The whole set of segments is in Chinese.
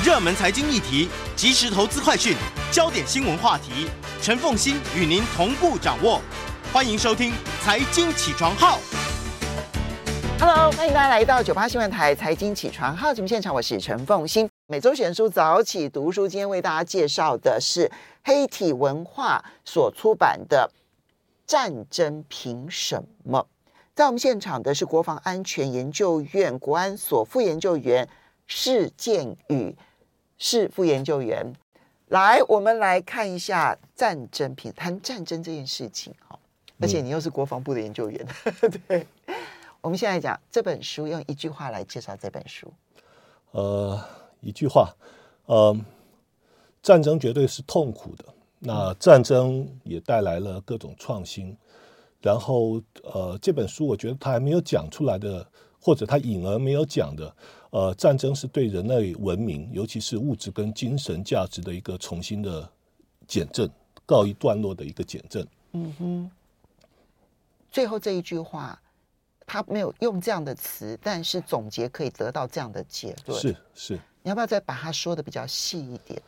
热门财经议题、即时投资快讯、焦点新闻话题，陈凤馨与您同步掌握。欢迎收听《财经起床号》。 Hello， 欢迎大家来到98新闻台财经起床号节目现场，我是陈凤馨。每周选书早起读书，今天为大家介绍的是黑体文化所出版的《战争凭什么》。在我们现场的是国防安全研究院国安所副研究员释建宇，是副研究员。来，我们来看一下战争凭，谈战争这件事情。而且你又是国防部的研究员，对。我们现在讲这本书，用一句话来介绍这本书。 一句话，战争绝对是痛苦的。那战争也带来了各种创新。然后，这本书我觉得他还没有讲出来的，或者他隐而没有讲的，战争是对人类文明，尤其是物质跟精神价值的一个重新的检证，告一段落的一个检证。 最后这一句话。他没有用这样的词，但是总结可以得到这样的结论。 是， 你要不要再把它说的比较细一点？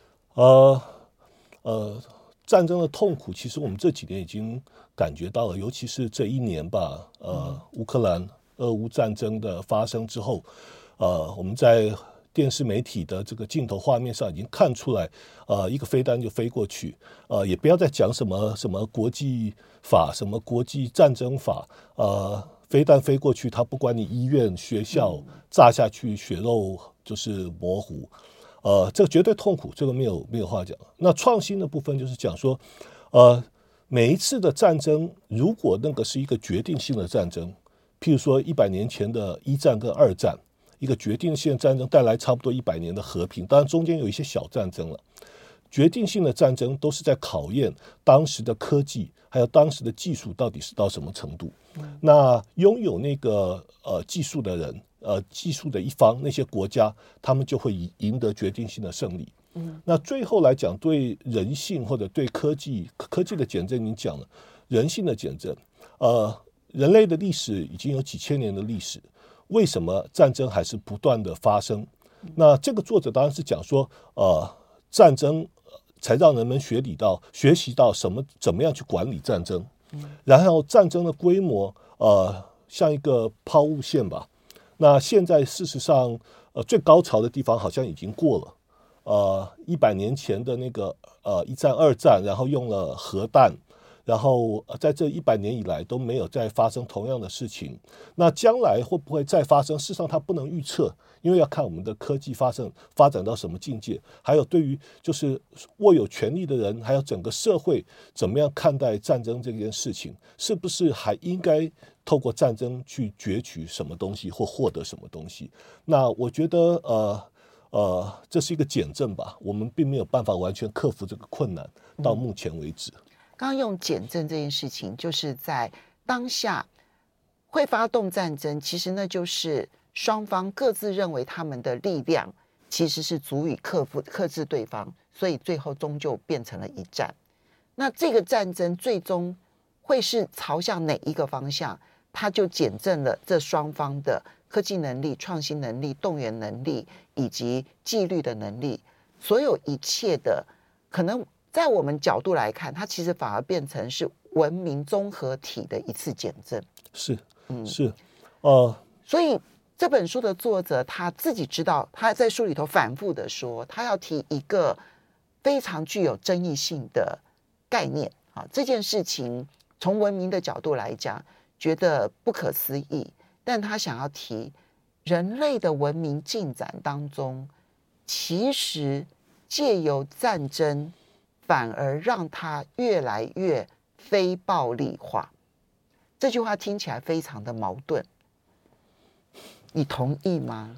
战争的痛苦，其实我们这几年已经感觉到了，尤其是这一年吧。乌克兰俄乌战争的发生之后，我们在电视媒体的这个镜头画面上已经看出来，一个飞弹就飞过去，也不要再讲什么国际法、什么国际战争法，飞弹飞过去，它不管你医院、学校炸下去，血肉就是模糊，这个绝对痛苦，这个没有话讲。那创新的部分就是讲说，每一次的战争，如果那个是一个决定性的战争，譬如说100年前的一战跟二战，一个决定性的战争带来差不多100年的和平，当然中间有一些小战争了。决定性的战争都是在考验当时的科技，还有当时的技术到底是到什么程度。那拥有那个技术的人，技术的一方，那些国家，他们就会赢得决定性的胜利。那最后来讲，对人性或者对科技的检证，你讲了人性的检证，人类的历史已经有几千年的历史，为什么战争还是不断的发生？那这个作者当然是讲说，战争才让人们学习到怎么样去管理战争。然后战争的规模，像一个抛物线吧。那现在事实上，最高潮的地方好像已经过了。100年前的那个一战、二战，然后用了核弹，然后在这100年以来都没有再发生同样的事情。那将来会不会再发生？事实上它不能预测，因为要看我们的科技发展到什么境界，还有对于就是握有权力的人，还有整个社会怎么样看待战争这件事情，是不是还应该透过战争去攫取什么东西或获得什么东西？那我觉得这是一个检证吧，我们并没有办法完全克服这个困难，到目前为止。 刚刚用检证这件事情，就是在当下会发动战争，其实那就是双方各自认为他们的力量其实是足以克制对方，所以最后终究变成了一战。那这个战争最终会是朝向哪一个方向，它就检证了这双方的科技能力、创新能力、动员能力以及纪律的能力，所有一切的可能在我们角度来看，它其实反而变成是文明综合体的一次检证。 是， 所以这本书的作者他自己知道，他在书里头反复的说，他要提一个非常具有争议性的概念。这件事情从文明的角度来讲，觉得不可思议，但他想要提人类的文明进展当中，其实借由战争反而让它越来越非暴力化。这句话听起来非常的矛盾，你同意吗？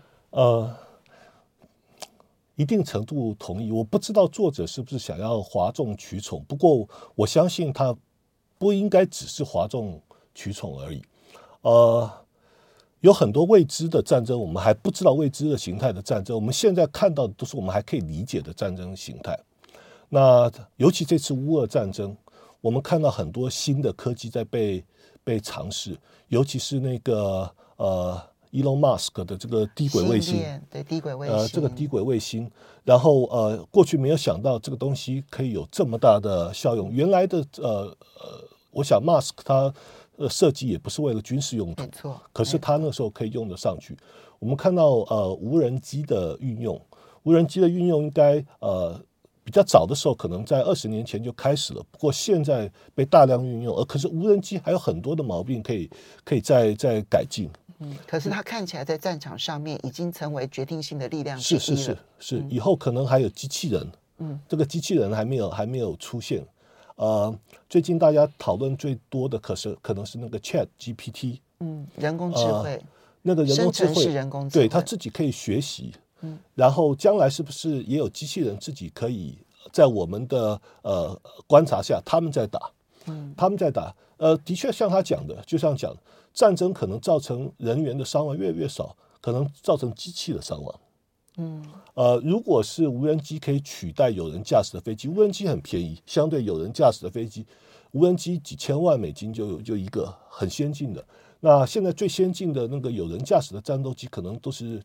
一定程度同意。我不知道作者是不是想要哗众取宠，不过我相信他不应该只是哗众取宠而已。有很多未知的战争，我们还不知道未知的形态的战争，我们现在看到的都是我们还可以理解的战争形态。那尤其这次乌俄战争，我们看到很多新的科技在被尝试，尤其是那个 Elon Musk 的这个低轨卫星， 对低轨卫星， 这个低轨卫星，然后过去没有想到这个东西可以有这么大的效用。原来的我想 Musk 他设计也不是为了军事用途， 没错， 可是他那时候可以用得上去。我们看到无人机的运用，无人机的运用应该比较早的时候可能在20年前就开始了，不过现在被大量运用，可是无人机还有很多的毛病可以再改进。 可是它看起来在战场上面已经成为决定性的力量之一了。 是，以后可能还有机器人，这个机器人还没有出现。最近大家讨论最多的可能是那个 Chat GPT， 人工智慧， 那个人工智慧生成式人工智慧， 对，它自己可以学习。然后将来是不是也有机器人自己可以在我们的观察下，他们在打，的确像他讲的，就像讲战争可能造成人员的伤亡越来越少，可能造成机器的伤亡。如果是无人机可以取代有人驾驶的飞机，无人机很便宜，相对有人驾驶的飞机，无人机几千万美金就一个很先进的。那现在最先进的那个有人驾驶的战斗机，可能都是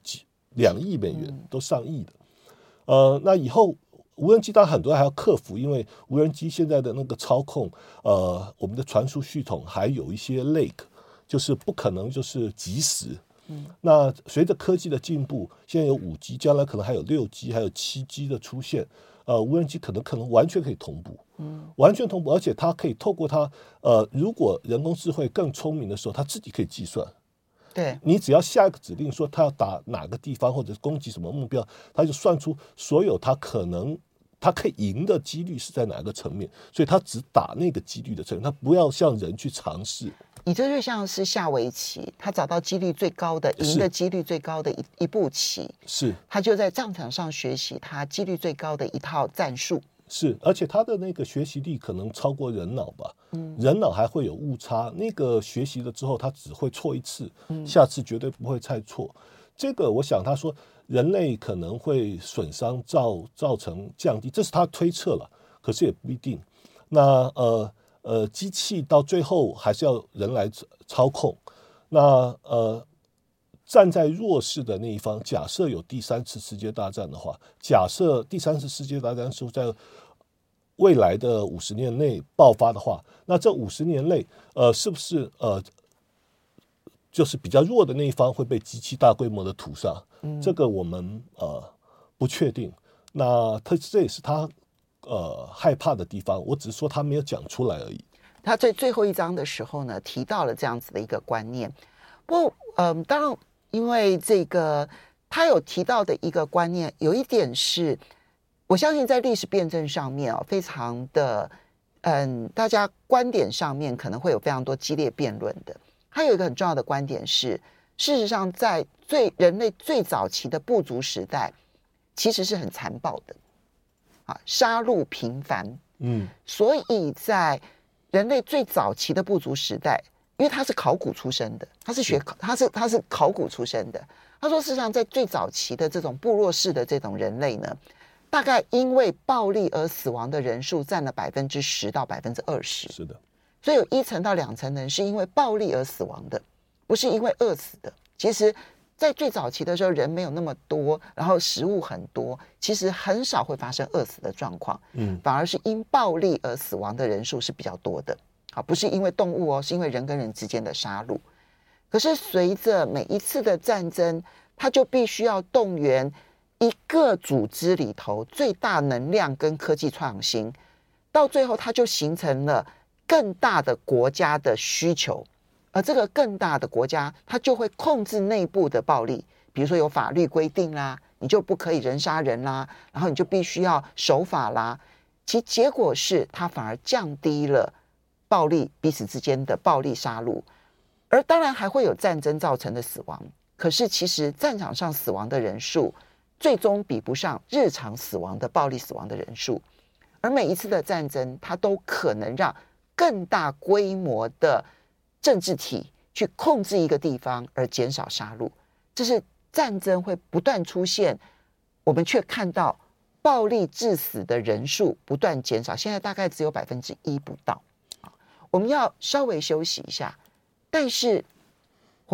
2亿美元，都上亿的。那以后无人机当然很多还要克服，因为无人机现在的那个操控，我们的传输系统还有一些 lag， 就是不可能就是即时。那随着科技的进步，现在有5G， 将来可能还有6G， 还有7G 的出现，无人机可能完全可以同步，完全同步，而且它可以透过它，如果人工智慧更聪明的时候，它自己可以计算。 对， 你只要下一个指令说他要打哪个地方或者攻击什么目标，他就算出所有他可以赢的几率是在哪个层面，所以他只打那个几率的层面，他不要像人去尝试。 你这就像是下围棋，他找到几率最高的、赢的几率最高的一步棋， 是他就在战场上学习他几率最高的一套战术。 是，而且他的那个学习力可能超过人脑吧，人脑还会有误差，那个学习了之后他只会错一次，下次绝对不会再错。这个我想他说人类可能会损伤造成降低，这是他推测了，可是也不一定。那机器到最后还是要人来操控。那站在弱势的那一方，假设有第3次世界大战的话，假设第3次世界大战是在未来的50年内爆发的话，那这50年内，是不是就是比较弱的那一方会被机器大规模的屠杀？这个我们不确定。那这也是他害怕的地方，我只是说他没有讲出来而已。 他在最后一章的时候呢，提到了这样子的一个观念。不过，当然，因为这个他有提到的一个观念，有一点是，我相信在历史辩证上面非常的，大家观点上面可能会有非常多激烈辩论的。还有一个很重要的观点是，事实上在人类最早期的部族时代，其实是很残暴的，杀戮频繁。所以在人类最早期的部族时代，因为他是考古出身的，他是考古出身的。他说，事实上在最早期的这种部落式的这种人类呢，大概因为暴力而死亡的人数占了10%到20%。 是的， 所以有1成到2成人是因为暴力而死亡的，不是因为饿死的。其实在最早期的时候，人没有那么多，然后食物很多，其实很少会发生饿死的状况。反而是因暴力而死亡的人数是比较多的。好，不是因为动物是因为人跟人之间的杀戮。可是随着每一次的战争，它就必须要动员一个组织里头最大能量跟科技创新，到最后它就形成了更大的国家的需求。而这个更大的国家，它就会控制内部的暴力，比如说有法律规定啦，你就不可以人杀人啦，然后你就必须要守法啦。其结果是，它反而降低了暴力彼此之间的暴力杀戮，而当然还会有战争造成的死亡。可是其实战场上死亡的人数，最终比不上日常死亡的暴力死亡的人数。而每一次的战争，它都可能让更大规模的政治体去控制一个地方而减少杀戮。这是战争会不断出现，我们却看到暴力致死的人数不断减少，现在大概只有1%不到。我们要稍微休息一下，但是活在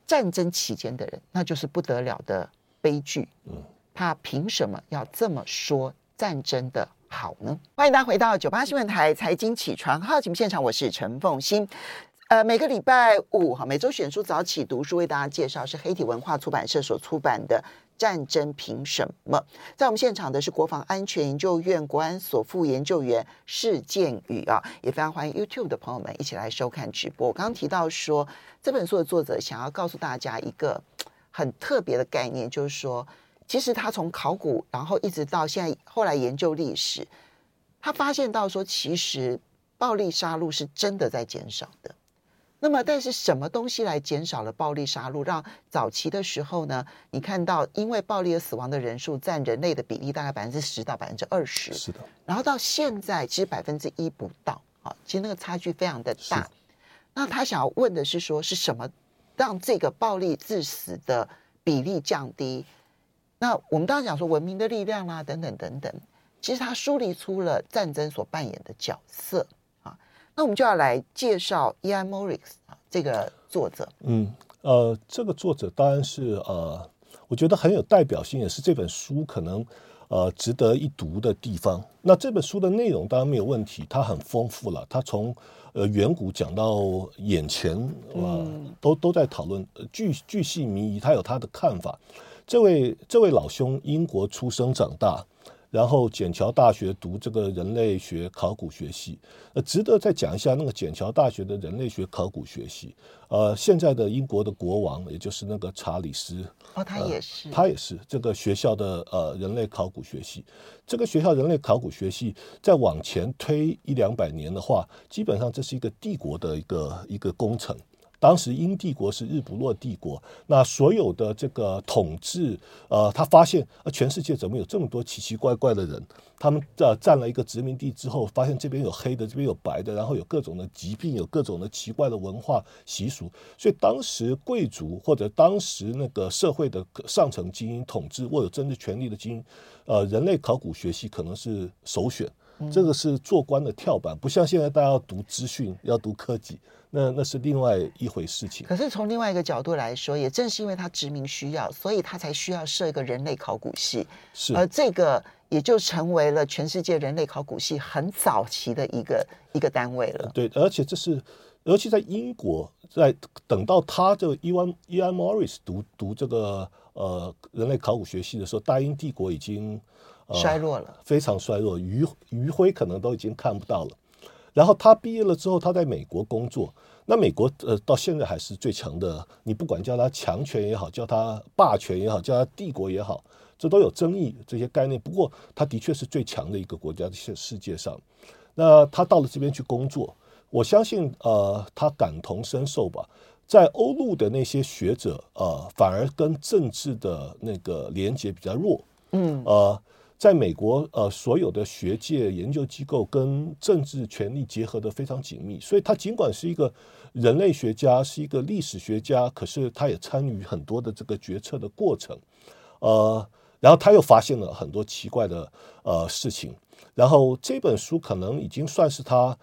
战争期间的人，那就是不得了的悲剧。他凭什么要这么说战争的好呢？欢迎大家回到98新闻台财经起床号节目现场，我是陈凤馨。每个礼拜五每周选书早起读书为大家介绍是黑体文化出版社所出版的《战争凭什么》。在我们现场的是国防安全研究院国安所副研究员释建宇也非常欢迎 YouTube 的朋友们一起来收看直播。我刚刚提到说这本书的作者想要告诉大家一个很特别的概念，就是说其实他从考古然后一直到现在后来研究历史，他发现到说其实暴力杀戮是真的在减少的。那么但是什么东西来减少了暴力杀戮，让早期的时候呢，你看到因为暴力而死亡的人数占人类的比例大概10%到20%， 是的。 然后到现在其实1%不到其实那个差距非常的大。那他想要问的是说是什么让这个暴力致死的比例降低？那我们当然讲说文明的力量啦等等等等，其实他梳理出了战争所扮演的角色。那我们就要来介绍 Ian Morris 这个作者。 这个作者当然是我觉得很有代表性，也是这本书可能值得一读的地方。那这本书的内容当然没有问题，它很丰富了，它从远古讲到眼前都在讨论，巨细靡遗，他有他的看法。这位老兄英国出生长大，然后剑桥大学读这个人类学考古学系，值得再讲一下那个剑桥大学的人类学考古学系。现在的英国的国王，也就是那个查理斯， 他也是， 这个学校的人类考古学系。这个学校人类考古学系再往前推100-200年的话，基本上这是一个帝国的一个工程。当时英帝国是日不落帝国，那所有的这个统治，他发现全世界怎么有这么多奇奇怪怪的人？他们占了一个殖民地之后，发现这边有黑的，这边有白的，然后有各种的疾病，有各种的奇怪的文化习俗。所以当时贵族或者当时那个社会的上层精英统治握有政治权力的精英，人类考古学系可能是首选。这个是做官的跳板，不像现在大家要读资讯，要读科技。那是另外一回事情。 可是从另外一个角度来说，也正是因为他殖民需要，所以他才需要设一个人类考古系。而这个也就成为了全世界人类考古系很早期的一个单位了。 对，而且尤其在英国，等到他这个Ian Morris 读这个人类考古学系的时候，大英帝国已经衰落了， 非常衰弱，余晖可能都已经看不到了。然后他毕业了之后，他在美国工作。那美国到现在还是最强的，你不管叫他强权也好，叫他霸权也好，叫他帝国也好，这都有争议这些概念。不过他的确是最强的一个国家，在世界上。那他到了这边去工作，我相信他感同身受吧。在欧陆的那些学者反而跟政治的那个连结比较弱。在美国所有的学界研究机构跟政治权力结合得非常紧密，所以他尽管是一个人类学家，是一个历史学家，可是他也参与很多的这个决策的过程。然后他又发现了很多奇怪的事情。然后这本书可能已经算是他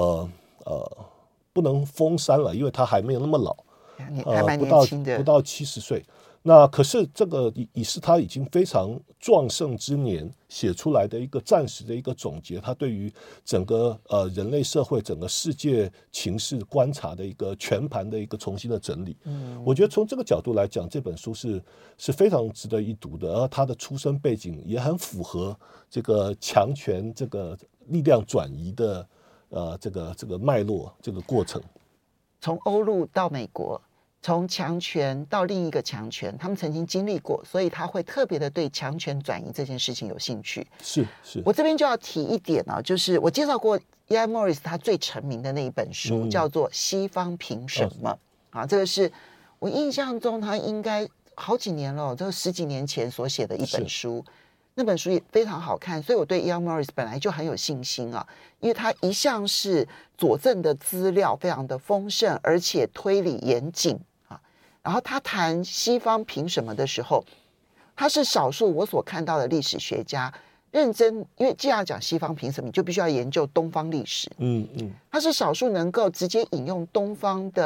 不能封山了，因为他还没有那么老， 还蛮年轻的， 不到70岁。那可是这个已是他已经非常壮盛之年写出来的一个暂时的一个总结，他对于整个人类社会整个世界情势观察的一个全盘的一个重新的整理。我觉得从这个角度来讲，这本书是非常值得一读的，而他的出身背景也很符合这个强权这个力量转移的这个脉络这个过程。 从欧陆到美国，从强权到另一个强权，他们曾经经历过，所以他会特别的对强权转移这件事情有兴趣。 是，我这边就要提一点就是我介绍过 Ian Morris 他最成名的那一本书，叫做《西方凭什么》这个是我印象中他应该好几年了，这个10几年前所写的一本书。那本书也非常好看，所以我对 Ian Morris 本来就很有信心因为他一向是佐证的资料非常的丰盛，而且推理严谨然后他谈西方凭什么的时候，他是少数我所看到的历史学家认真，因为既然要讲西方凭什么，你就必须要研究东方历史。他是少数能够直接引用东方的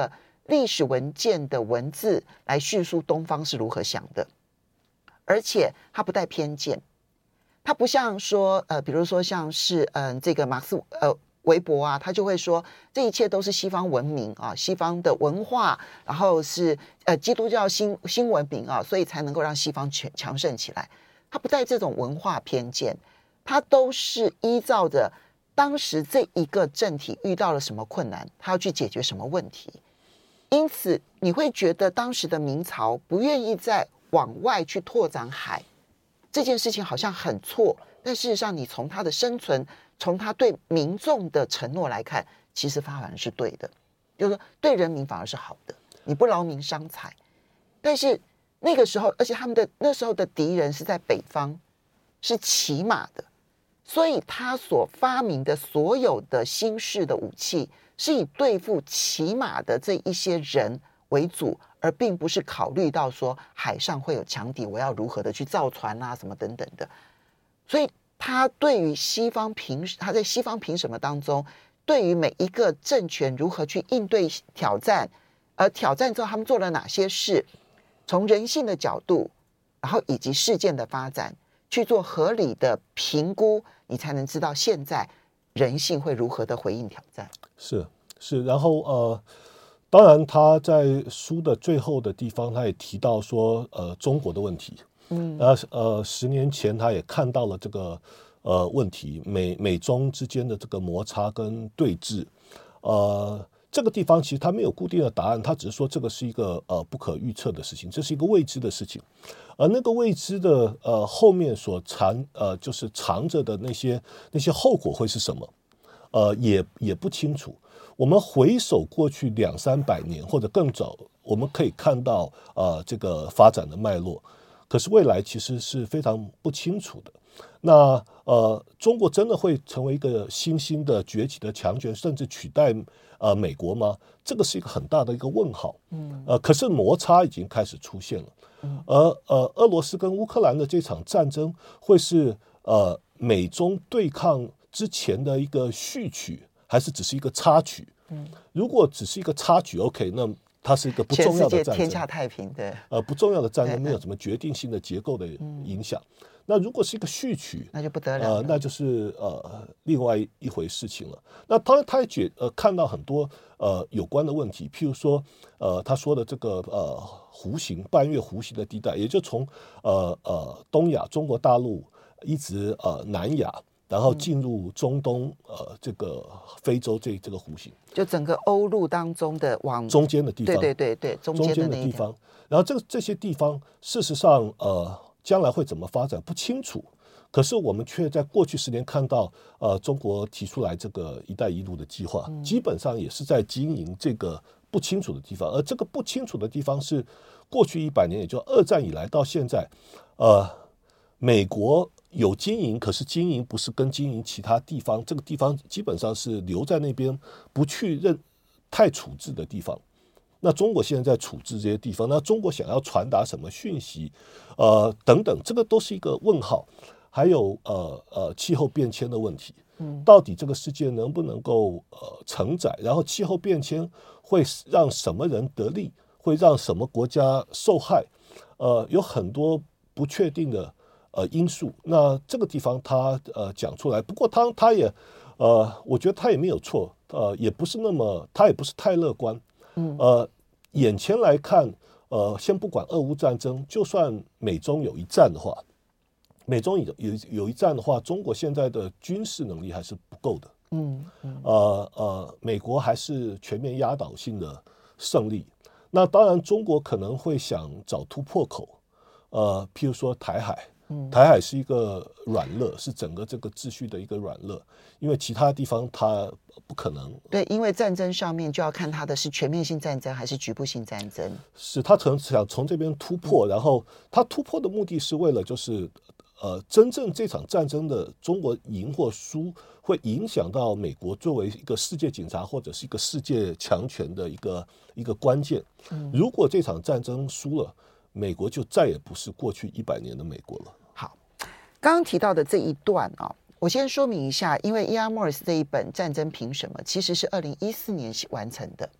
历史文件的文字来叙述东方是如何想的，而且它不带偏见，它不像说比如说像是这个马克思韦伯啊，他就会说这一切都是西方文明啊，西方的文化，然后是基督教新文明啊，所以才能够让西方强盛起来。他不带这种文化偏见，他都是依照着当时这一个政体遇到了什么困难，他要去解决什么问题。因此你会觉得当时的明朝不愿意再往外去拓展海这件事情好像很错，但事实上你从他的生存，从他对民众的承诺来看，其实反而是对的，就是说对人民反而是好的，你不劳民伤财。但是那个时候，而且他们的那时候的敌人是在北方，是骑马的，所以他所发明的所有的新式的武器是以对付骑马的这一些人为主，而并不是考虑到说海上会有强敌，我要如何的去造船啊什么等等的。所以他对于他在西方凭什么当中，对于每一个政权如何去应对挑战，而挑战之后他们做了哪些事，从人性的角度，然后以及事件的发展去做合理的评估，你才能知道现在人性会如何的回应挑战。 是，然后当然他在书的最后的地方，他也提到说中国的问题。10年前他也看到了这个问题，美中之间的这个摩擦跟对峙。这个地方其实他没有固定的答案，他只是说这个是一个不可预测的事情，这是一个未知的事情。而那个未知的后面所就是藏着的那些后果会是什么，也不清楚。我们回首过去200-300年或者更早，我们可以看到这个发展的脉络，可是未来其实是非常不清楚的。那中国真的会成为一个新兴的崛起的强权，甚至取代美国吗？这个是一个很大的一个问号。可是摩擦已经开始出现了。俄罗斯跟乌克兰的这场战争会是美中对抗之前的一个序曲，还是只是一个插曲？如果只是一个插曲 ，OK， 那它是一个不重要的战争， 天下太平的。 不重要的战争没有什么决定性的结构的影响。那如果是一个序曲， 那就不得了了， 那就是另外一回事情了。那当然，他也看到很多有关的问题，譬如说他说的这个弧形半月弧形的地带，也就从东亚中国大陆一直南亚，然后进入中东这个非洲这个弧形， 就整个欧陆当中的往中间的地方， 对，中间的地方。 然后这些地方，事实上将来会怎么发展不清楚，可是我们却在过去10年看到中国提出来这个一带一路的计划，基本上也是在经营这个不清楚的地方。而这个不清楚的地方是过去100年，也就2战以来到现在美国有经营，可是经营不是跟经营其他地方，这个地方基本上是留在那边不去太处置的地方。那中国现在在处置这些地方，那中国想要传达什么讯息等等，这个都是一个问号。还有气候变迁的问题，到底这个世界能不能够承载，然后气候变迁会让什么人得利，会让什么国家受害，有很多不确定的因素。那这个地方他讲出来，不过他也我觉得他也没有错，也不是他也不是太乐观。眼前来看，先不管俄乌战争，就算美中有一战的话，有一战的话，中国现在的军事能力还是不够的。美国还是全面压倒性的胜利。那当然，中国可能会想找突破口，譬如说台海。台海是一个软肋，是整个这个秩序的一个软肋，因为其他地方它不可能。 对，因为战争上面就要看它的是全面性战争还是局部性战争。 是他可能想从这边突破，然后他突破的目的是为了就是真正这场战争的中国赢或输，会影响到美国作为一个世界警察或者是一个世界强权的一个关键。如果这场战争输了，美国就再也不是过去100年的美国了。 好，刚刚提到的这一段我先说明一下，因为E.R. Morris 这一本《战争凭什么》其实是2014年完成的，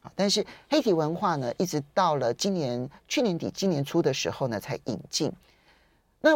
但是黑体文化呢，一直到了去年底、今年初的时候呢，才引进。那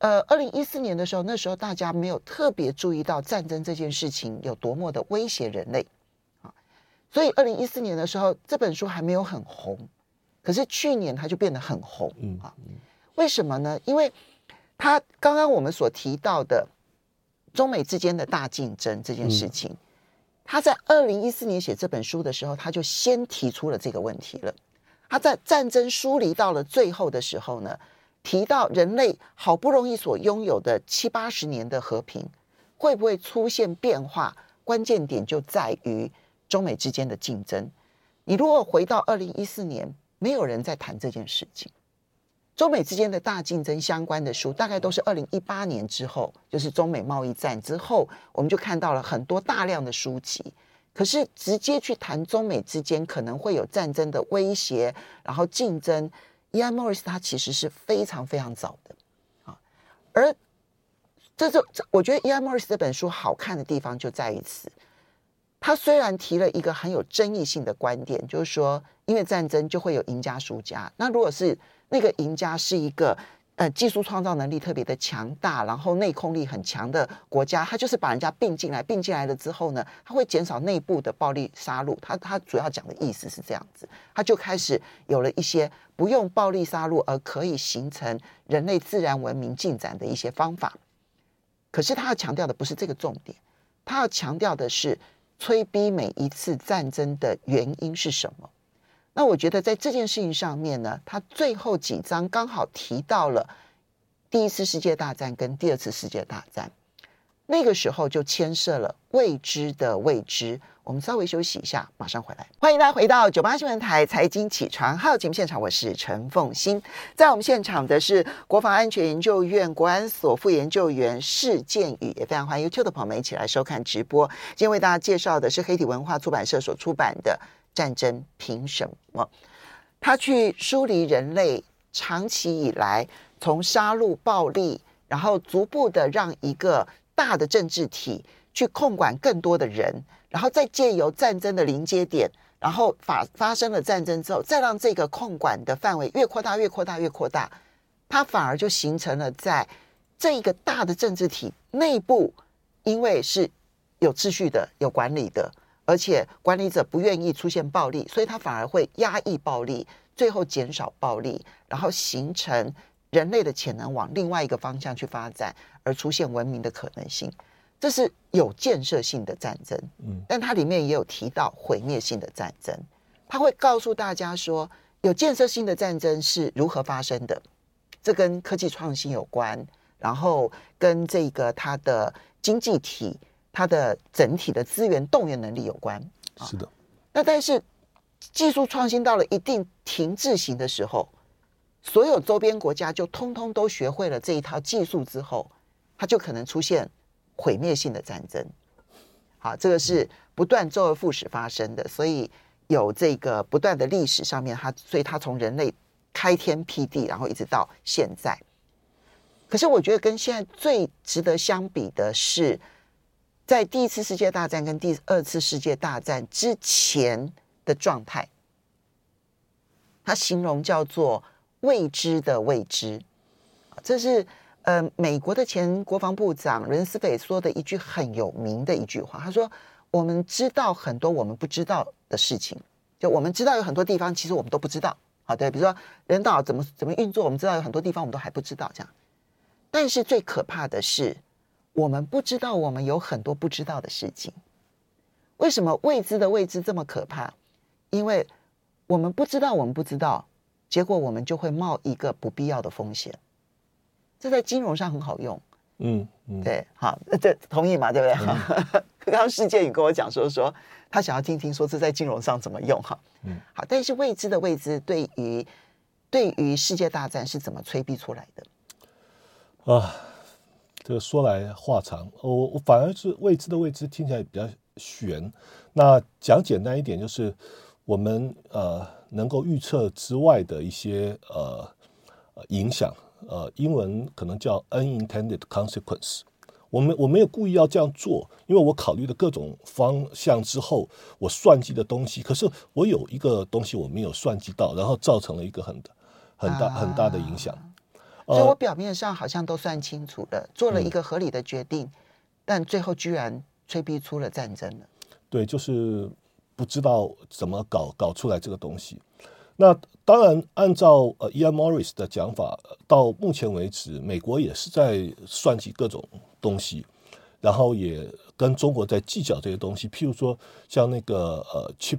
2014年的时候，那时候大家没有特别注意到战争这件事情有多么的威胁人类啊，所以2014年的时候，这本书还没有很红，可是去年它就变得很红啊。为什么呢？因为它刚刚我们所提到的中美之间的大竞争这件事情，他在2014年写这本书的时候，他就先提出了这个问题了。他在战争疏离到了最后的时候呢，提到人类好不容易所拥有的70-80年的和平，会不会出现变化？关键点就在于中美之间的竞争。你如果回到2014年，没有人在谈这件事情。中美之间的大竞争相关的书，大概都是2018年之后，就是中美贸易战之后，我们就看到了很多大量的书籍。可是直接去谈中美之间可能会有战争的威胁，然后竞争，Ian Morris 他其实是非常非常早的啊。而我觉得 Ian Morris 这本书好看的地方就在于此。他虽然提了一个很有争议性的观点，就是说，因为战争就会有赢家输家。那如果是那个赢家是一个技术创造能力特别的强大，然后内控力很强的国家，他就是把人家并进来了之后呢，他会减少内部的暴力杀戮。他主要讲的意思是这样子，他就开始有了一些不用暴力杀戮而可以形成人类自然文明进展的一些方法。可是他要强调的不是这个重点，他要强调的是催逼每一次战争的原因是什么。那我觉得在这件事情上面呢，他最后几章刚好提到了第一次世界大战跟第二次世界大战，那个时候就牵涉了未知的未知。我们稍微休息一下，马上回来。欢迎大家回到98新闻台财经起床号节目现场，我是陈凤馨。在我们现场的是国防安全研究院国安所副研究员释建宇，也非常欢迎 YouTube 的朋友们一起来收看直播。今天为大家介绍的是黑体文化出版社所出版的《战争凭什么》，他去梳理人类长期以来从杀戮暴力，然后逐步的让一个大的政治体去控管更多的人，然后再借由战争的临接点，然后发生了战争之后，再让这个控管的范围越扩大，它反而就形成了在这一个大的政治体内部，因为是有秩序的、有管理的，而且管理者不愿意出现暴力，所以他反而会压抑暴力，最后减少暴力，然后形成人类的潜能往另外一个方向去发展，而出现文明的可能性。这是有建设性的战争，但它里面也有提到毁灭性的战争。它会告诉大家说，有建设性的战争是如何发生的，这跟科技创新有关，然后跟这个它的经济体、它的整体的资源动员能力有关。 是的。 那但是技术创新到了一定停滞型的时候，所有周边国家就通通都学会了这一套技术之后，它就可能出现毁灭性的战争。好，这个是不断周而复始发生的，所以有这个不断的历史上面，所以它从人类开天辟地，然后一直到现在。可是我觉得跟现在最值得相比的是，在第一次世界大战跟第二次世界大战之前的状态，它形容叫做未知的未知。这是美国的前国防部长伦斯斐说的一句很有名的一句话，他说我们知道很多我们不知道的事情，就我们知道有很多地方其实我们都不知道。好，对，比如说人岛怎么运作，我们知道有很多地方我们都还不知道这样。但是最可怕的是我们不知道我们有很多不知道的事情。为什么未知的未知这么可怕？因为我们不知道，结果我们就会冒一个不必要的风险。这在金融上很好用。对，好，这同意嘛，对不对？刚刚释建宇跟我讲说他想要听听说这在金融上怎么用哈。好，但是未知的未知对于世界大战是怎么催逼出来的？ 这个说来话长，我反而是未知的未知听起来比较悬。那讲简单一点，就是我们能够预测之外的一些影响，英文可能叫 unintended consequence。 我没有故意要这样做，因为我考虑了各种方向之后，我算计的东西，可是我有一个东西我没有算计到，然后造成了一个很大的影响。 所以我表面上好像都算清楚了，做了一个合理的决定，但最后居然催逼出了战争了。 对，就是不知道怎么搞出来这个东西。那当然，按照Ian Morris 的讲法，到目前为止，美国也是在算计各种东西，然后也跟中国在计较这些东西。譬如说，像那个Chip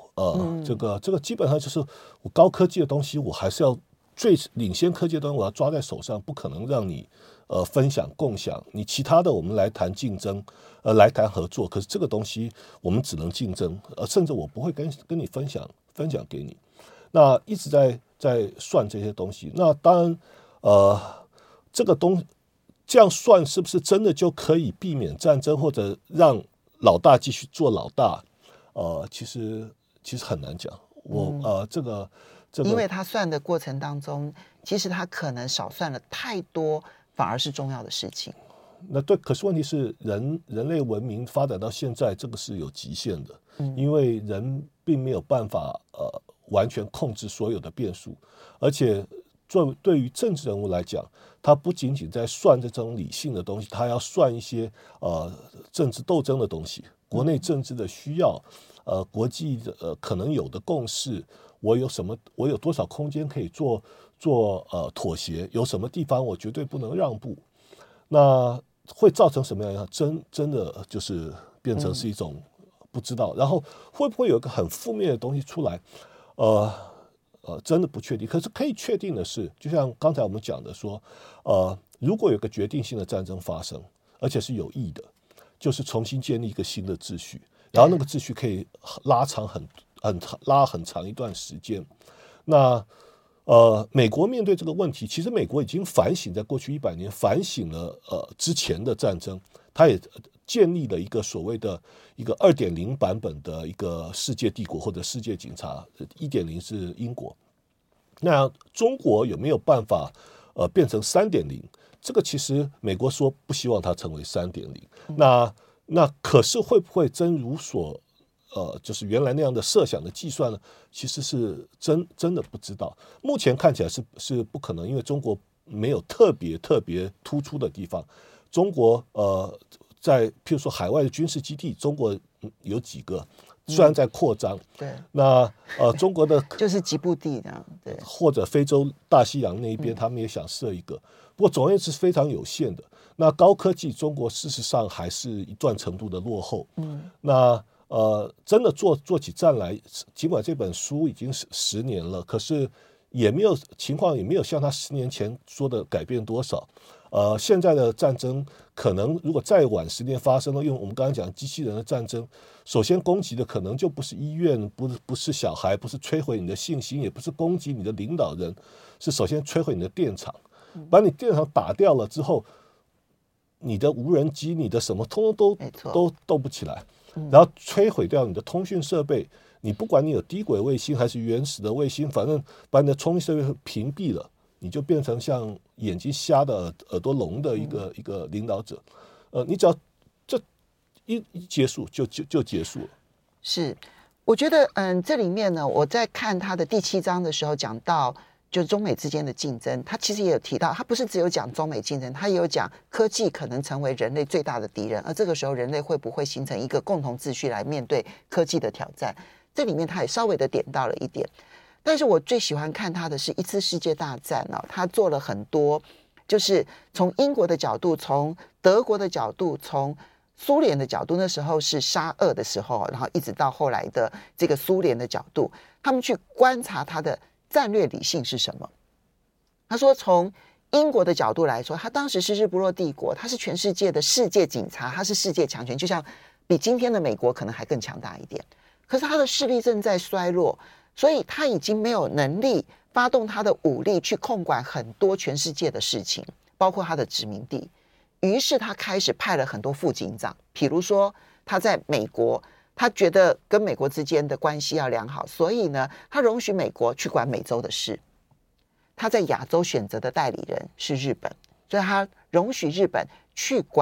4，这个基本上就是我高科技的东西，我还是要最领先科技的东西，我要抓在手上，不可能让你分享共享。你其他的我们来谈竞争，来谈合作。可是这个东西我们只能竞争，甚至我不会跟你分享给你。那一直在算这些东西，那当然，这样算是不是真的就可以避免战争，或者让老大继续做老大？其实很难讲。这个， 因为他算的过程当中，其实他可能少算了太多，反而是重要的事情。 那对，可是问题是人类文明发展到现在，这个是有极限的，因为人并没有办法完全控制所有的变数，而且对于政治人物来讲，他不仅仅在算这种理性的东西，他要算一些政治斗争的东西，国内政治的需要，国际的可能有的共识，我有多少空间可以做妥协，有什么地方我绝对不能让步，那会造成什么样？真的就是变成是一种不知道，然后会不会有一个很负面的东西出来？真的不确定。可是可以确定的是，就像刚才我们讲的说，如果有个决定性的战争发生，而且是有益的，就是重新建立一个新的秩序，然后那个秩序可以拉很长一段时间。那美国面对这个问题，其实美国已经反省，在过去100年反省了之前的战争，它也建立了一个所谓的一个2.0版本的一个世界帝国或者世界警察，1.0是英国。那中国有没有办法变成3.0？这个其实美国说不希望它成为3.0。那可是会不会真如所就是原来那样的设想的计算呢？其实是真的不知道。目前看起来是不可能，因为中国没有特别突出的地方。中国在譬如说海外的军事基地，中国有几个，虽然在扩张， 对， 那中国的就是吉布地这样，对， 或者非洲大西洋那一边，他们也想设一个，不过总而言之是非常有限的。那高科技，中国事实上还是一段程度的落后。那真的做起战来，尽管这本书已经10年了，可是情况也没有像他10年前说的改变多少。现在的战争可能如果再晚10年发生了，因为我们刚刚讲机器人的战争，首先攻击的可能就不是医院，不是小孩，不是摧毁你的信心，也不是攻击你的领导人，是首先摧毁你的电厂，把你电厂打掉了之后，你的无人机，你的什么通通都动不起来，然后摧毁掉你的通讯设备，你不管你有低轨卫星还是原始的卫星，反正把你的通讯设备屏蔽了，你就变成像眼睛瞎的耳朵聋的一个领导者。你只要这一结束就结束了。是， 我觉得这里面呢，我在看他的第7章的时候讲到就是中美之间的竞争，他其实也有提到，他不是只有讲中美竞争，他也有讲科技可能成为人类最大的敌人，而这个时候人类会不会形成一个共同秩序来面对科技的挑战，这里面他也稍微的点到了一点。但是我最喜欢看他的是1次世界大战他做了很多，就是从英国的角度，从德国的角度，从苏联的角度，那时候是沙俄的时候，然后一直到后来的这个苏联的角度，他们去观察他的战略理性是什么。他说从英国的角度来说，他当时是日不落帝国，他是全世界的世界警察，他是世界强权，就像比今天的美国可能还更强大一点。可是他的势力正在衰落，所以他已经没有能力发动他的武力去控管很多全世界的事情，包括他的殖民地。于是他开始派了很多副警长，比如说他在美国，他觉得跟美国之间的关系要良好，所以呢，他容许美国去管美洲的事。他在亚洲选择的代理人是日本，所以他容许日本去管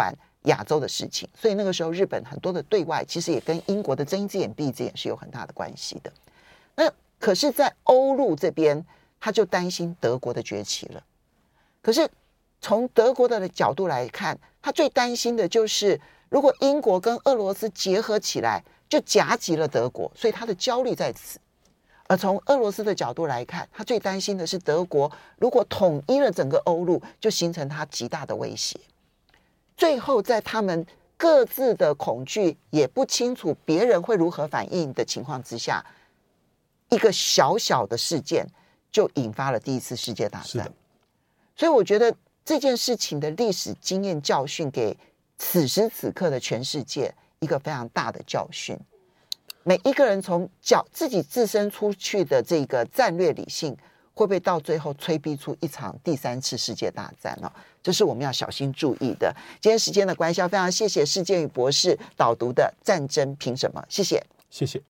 亚洲的事情，所以那个时候日本很多的对外其实也跟英国的睁一只眼闭一只眼是有很大的关系的。那可是在欧陆这边他就担心德国的崛起了，可是从德国的角度来看，他最担心的就是如果英国跟俄罗斯结合起来就夹击了德国，所以他的焦虑在此。而从俄罗斯的角度来看，他最担心的是德国如果统一了整个欧陆，就形成他极大的威胁。最后在他们各自的恐惧也不清楚别人会如何反应的情况之下，一个小小的事件就引发了第一次世界大战。所以我觉得这件事情的历史经验教训给此时此刻的全世界一个非常大的教训。每一个人从自己自身出去的这个战略理性，会不会到最后催逼出一场第3次世界大战呢？这是我们要小心注意的。今天时间的关系，非常谢谢施建宇博士导读的《战争凭什么》，谢谢， 谢谢。